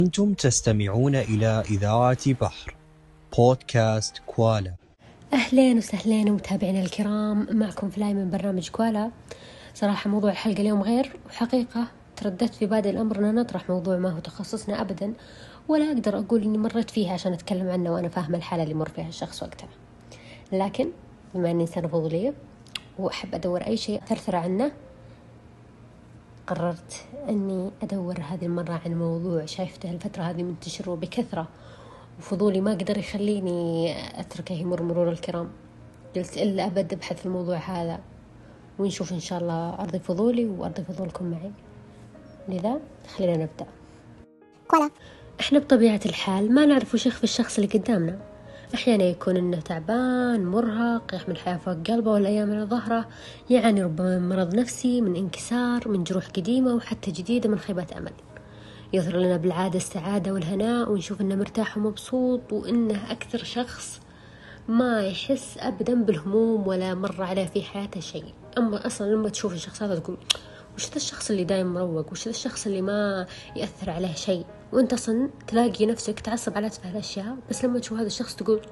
أنتم تستمعون إلى إذاعة بحر بودكاست كوالا. أهلين وسهلين متابعينا الكرام، معكم فلاي من برنامج كوالا. صراحة موضوع الحلقة اليوم غير، وحقيقة ترددت في بادئ الأمر أن نطرح موضوع ما هو تخصصنا أبدا، ولا أقدر أقول أني مرت فيه عشان أتكلم عنه وأنا فاهمة الحالة اللي مر فيها الشخص وقتها. لكن بما أني إنسانة فضولية وأحب أدور أي شيء ثرثر عنه، قررت أني أدور هذه المرة عن موضوع شايفته الفترة هذه منتشر بكثرة، وفضولي ما قدر يخليني أتركه يمر مرور الكرام. قلت إلا أبد أبحث في الموضوع هذا ونشوف إن شاء الله أرضي فضولي وأرضي فضولكم معي. لذا خلينا نبدأ. كولا. إحنا بطبيعة الحال ما نعرف وش يخفي الشخص اللي قدامنا. أحيانا يكون إنه تعبان مرهق يحمل حياة فوق قلبه والأيام على ظهره، يعاني ربما من مرض نفسي، من انكسار، من جروح قديمة وحتى جديدة، من خيبة أمل. يظهر لنا بالعادة السعادة والهناء ونشوف إنه مرتاح ومبسوط، وإنه أكثر شخص ما يحس أبدا بالهموم ولا مر عليه في حياته شيء. أما أصلا لما تشوف الشخص هذا تقول وش ذا الشخص اللي دايم مروق، وش ذا الشخص اللي ما يأثر عليه شيء، وانت أصلا تلاقي نفسك تعصب على تفه الأشياء، بس لما تشوف هذا الشخص تقول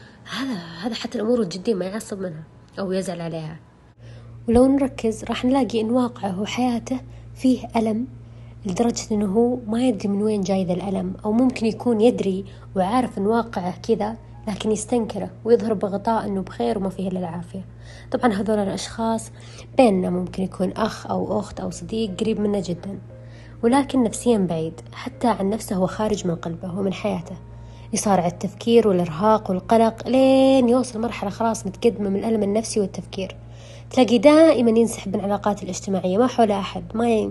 هذا حتى الأمور الجدية ما يعصب منها أو يزعل عليها. ولو نركز راح نلاقي إن واقعه وحياته فيه ألم، لدرجة إنه هو ما يدري من وين جاي ذا الألم، أو ممكن يكون يدري وعارف إن واقعه كذا لكن يستنكره ويظهر بغطاء إنه بخير وما فيه إلا العافية. طبعا هذول الأشخاص بيننا ممكن يكون أخ أو أخت أو صديق قريب منا جدا، ولكن نفسيا بعيد حتى عن نفسه، هو خارج من قلبه ومن حياته. يصارع التفكير والإرهاق والقلق لين يوصل مرحلة خلاص متقدمة من الألم النفسي والتفكير. تلاقي دائما ينسحب من العلاقات الاجتماعية، ما حوله أحد،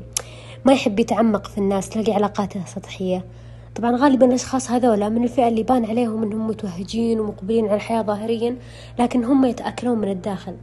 ما يحب يتعمق في الناس، تلاقي علاقاته سطحية. طبعا غالبا الأشخاص هذولا من الفئة اللي بان عليهم أنهم متوهجين ومقبلين على الحياة ظاهريا، لكن هم يتأكلون من الداخل.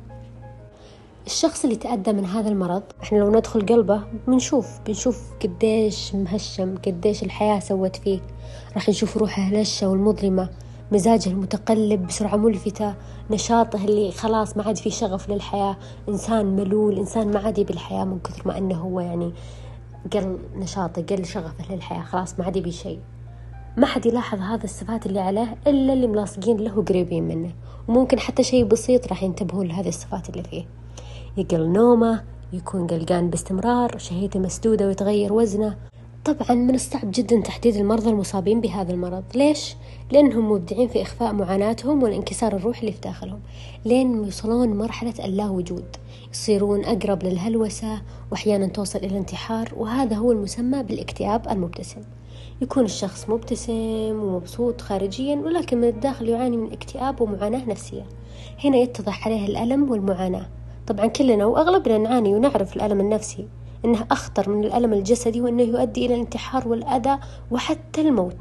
الشخص اللي تأذى من هذا المرض، احنا لو ندخل قلبه بنشوف قديش مهشم، قديش الحياة سوت فيه. راح نشوف روحه الهشة والمظلمة، مزاجه المتقلب بسرعة ملفتة، نشاطه اللي خلاص ما عاد فيه شغف للحياة، إنسان ملول، إنسان ما عاد يبي الحياة من كثر ما أنه هو يعني قل نشاطه، قل شغفه للحياة، خلاص ما عاد يبي شيء. ما حد يلاحظ هذا الصفات اللي عليه إلا اللي ملاصقين له وقريبين منه، وممكن حتى شيء بسيط راح ينتبهون لهذه الصفات اللي فيه. يقل نومه، يكون قلقان باستمرار، شهيته مسدودة ويتغير وزنه. طبعا من الصعب جدا تحديد المرضى المصابين بهذا المرض. ليش؟ لأنهم مبدعين في إخفاء معاناتهم والانكسار الروحي اللي في داخلهم، لين يوصلون مرحلة اللا وجود، يصيرون أقرب للهلوسة، وأحيانا توصل إلى الانتحار، وهذا هو المسمى بالاكتئاب المبتسم. يكون الشخص مبتسم ومبسوط خارجيا، ولكن من الداخل يعاني من اكتئاب ومعاناة نفسية. هنا يتضح عليه الألم والمعاناة. طبعا كلنا وأغلبنا نعاني ونعرف الألم النفسي إنه أخطر من الألم الجسدي، وإنه يؤدي إلى الانتحار والأذى وحتى الموت.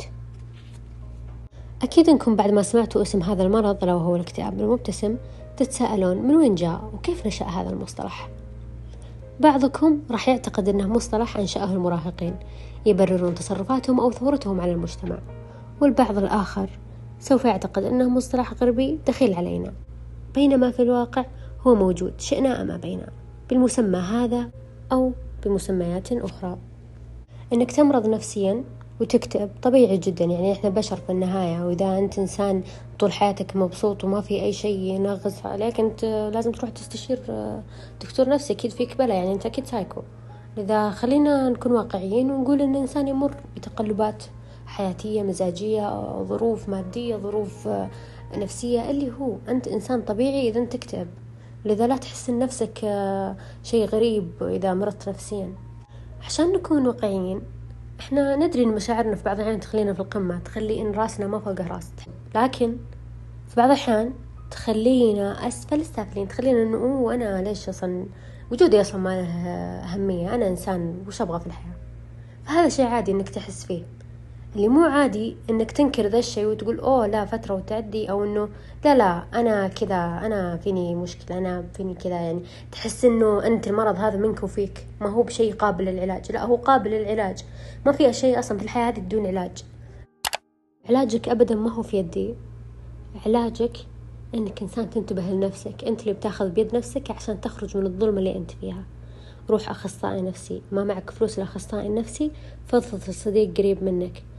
أكيد أنكم بعد ما سمعتوا اسم هذا المرض لو هو الاكتئاب المبتسم تتساءلون من وين جاء وكيف نشأ هذا المصطلح. بعضكم راح يعتقد أنه مصطلح أنشأه المراهقين يبررون تصرفاتهم أو ثورتهم على المجتمع، والبعض الآخر سوف يعتقد أنه مصطلح غربي دخيل علينا، بينما في الواقع هو موجود شئنا أم أبينا بالمسمى هذا أو بمسميات أخرى. أنك تمرض نفسيا وتكتئب طبيعي جدا، يعني إحنا بشر في النهاية، وإذا أنت إنسان طول حياتك مبسوط وما في أي شيء ينغص عليك، أنت لازم تروح تستشير دكتور نفسي، أكيد فيك بلا، يعني أنت أكيد سايكو. لذا خلينا نكون واقعيين ونقول أن الإنسان يمر بتقلبات حياتية، مزاجية، ظروف مادية، ظروف نفسية، اللي هو أنت إنسان طبيعي إذا تكتئب. لذا لا تحس إن نفسك شيء غريب إذا مرضت نفسيا. عشان نكون واقعيين، إحنا ندري إن مشاعرنا في بعض الأحيان تخلينا في القمة، تخلي إن راسنا ما فوق راس، لكن في بعض الأحيان تخلينا أسفل السافلين، تخلينا إنه أنا ليش أصلا وجودي أصلا ما له أهمية، أنا إنسان وش أبغى في الحياة. فهذا شيء عادي إنك تحس فيه. اللي مو عادي إنك تنكر ذا الشيء وتقول أوه لا فترة وتعدي، أو إنه لا أنا كذا، أنا فيني مشكلة، أنا فيني كذا، يعني تحس إنه أنت المرض هذا منك وفيك، ما هو بشيء قابل للعلاج. لا، هو قابل للعلاج، ما في شيء أصلا في الحياة هذه بدون علاج. علاجك أبدا ما هو في يدي، علاجك إنك إنسان تنتبه لنفسك، أنت اللي بتاخذ بيد نفسك عشان تخرج من الظلمة اللي أنت فيها. روح أخصائي نفسي، ما معك فلوس الأخصائي النفسي، فضفض الصديق قريب منك،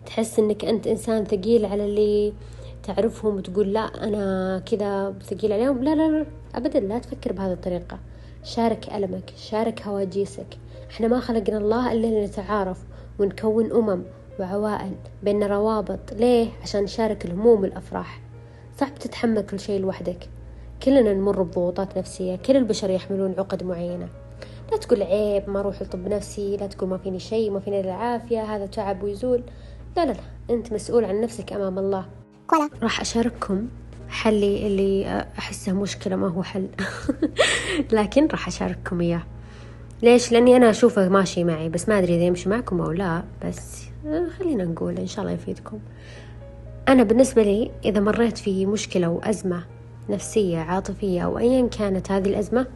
تحس انك انت انسان ثقيل على اللي تعرفهم وتقول لا انا كذا ثقيل عليهم. لا لا لا ابدا، لا تفكر بهذه الطريقة. شارك ألمك، شارك هواجيسك. احنا ما خلقنا الله الا لنتعارف ونكون وعوائل بيننا روابط. ليه؟ عشان نشارك الهموم والأفراح. صعب تتحمل كل شيء لوحدك، كلنا نمر بضغوطات نفسية، كل البشر يحملون عقد معينة. لا تقول عيب ما أروح لطب نفسي، لا تقول ما فيني شيء، ما فيني العافية، هذا تعب ويزول. لا لا لا، أنت مسؤول عن نفسك أمام الله. راح أشارككم حلي اللي أحسه مشكلة ما هو حل لكن راح أشارككم إياه. ليش؟ لأني أنا أشوفه ماشي معي، بس ما أدري إذا يمشي معكم أو لا، بس خلينا نقول إن شاء الله يفيدكم. أنا بالنسبة لي إذا مريت في مشكلة وأزمة نفسية عاطفية أو أيا كانت هذه الأزمة،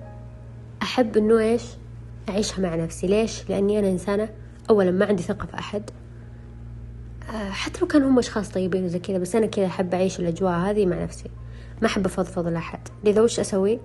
أحب إنه إيش أعيشها مع نفسي. ليش؟ لأني أنا إنسانة أولا ما عندي ثقة في أحد، حتى لو كانوا هم أشخاص طيبين وزي كذا، بس أنا كذا أحب أعيش الأجواء هذه مع نفسي، ما أحب أفضفض لأحد. لذا وش أسوي؟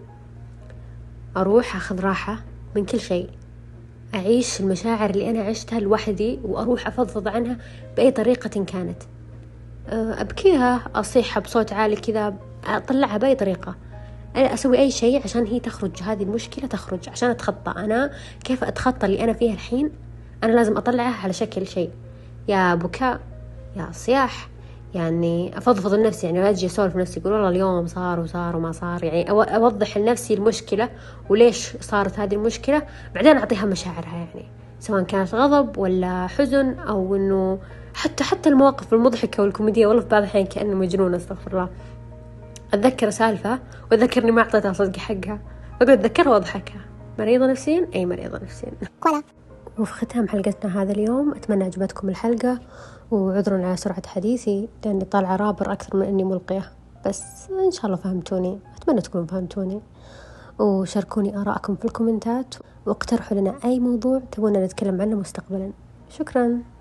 أروح أخذ راحة من كل شيء، أعيش المشاعر اللي أنا عشتها لوحدي وأروح أفضفض عنها بأي طريقة كانت. أبكيها، أصيحها بصوت عالي كذا، أطلعها بأي طريقة، أنا أسوي أي شيء عشان هي تخرج، هذه المشكلة تخرج، عشان أتخطى. أنا كيف أتخطى اللي أنا فيها الحين؟ أنا لازم أطلعها على شكل شيء، يا بكاء يا صياح، يعني أفضفض لنفسي. يعني أجي أسولف نفسي أقول والله اليوم صار وما صار، يعني أوضح لنفسي المشكلة وليش صارت هذه المشكلة، بعدين أعطيها مشاعرها، يعني سواء كانت غضب ولا حزن أو إنه حتى المواقف المضحكة والكوميدية. والله في بعض الحين كأنه مجنونة، استغفر الله، أتذكر سالفة وأتذكرني ما أعطيتها صدق حقها، أقول أتذكرها وأضحكها. مريضة نفسيا، أي مريضة نفسيا. وفي ختام حلقتنا هذا اليوم، أتمنى عجبتكم الحلقة، وعذرا على سرعة حديثي لأني طالعة رابر أكثر من أني ملقية، بس إن شاء الله فهمتوني، أتمنى تكونوا فهمتوني. وشاركوني آراءكم في الكومنتات، واقترحوا لنا أي موضوع تبون نتكلم عنه مستقبلا. شكرا.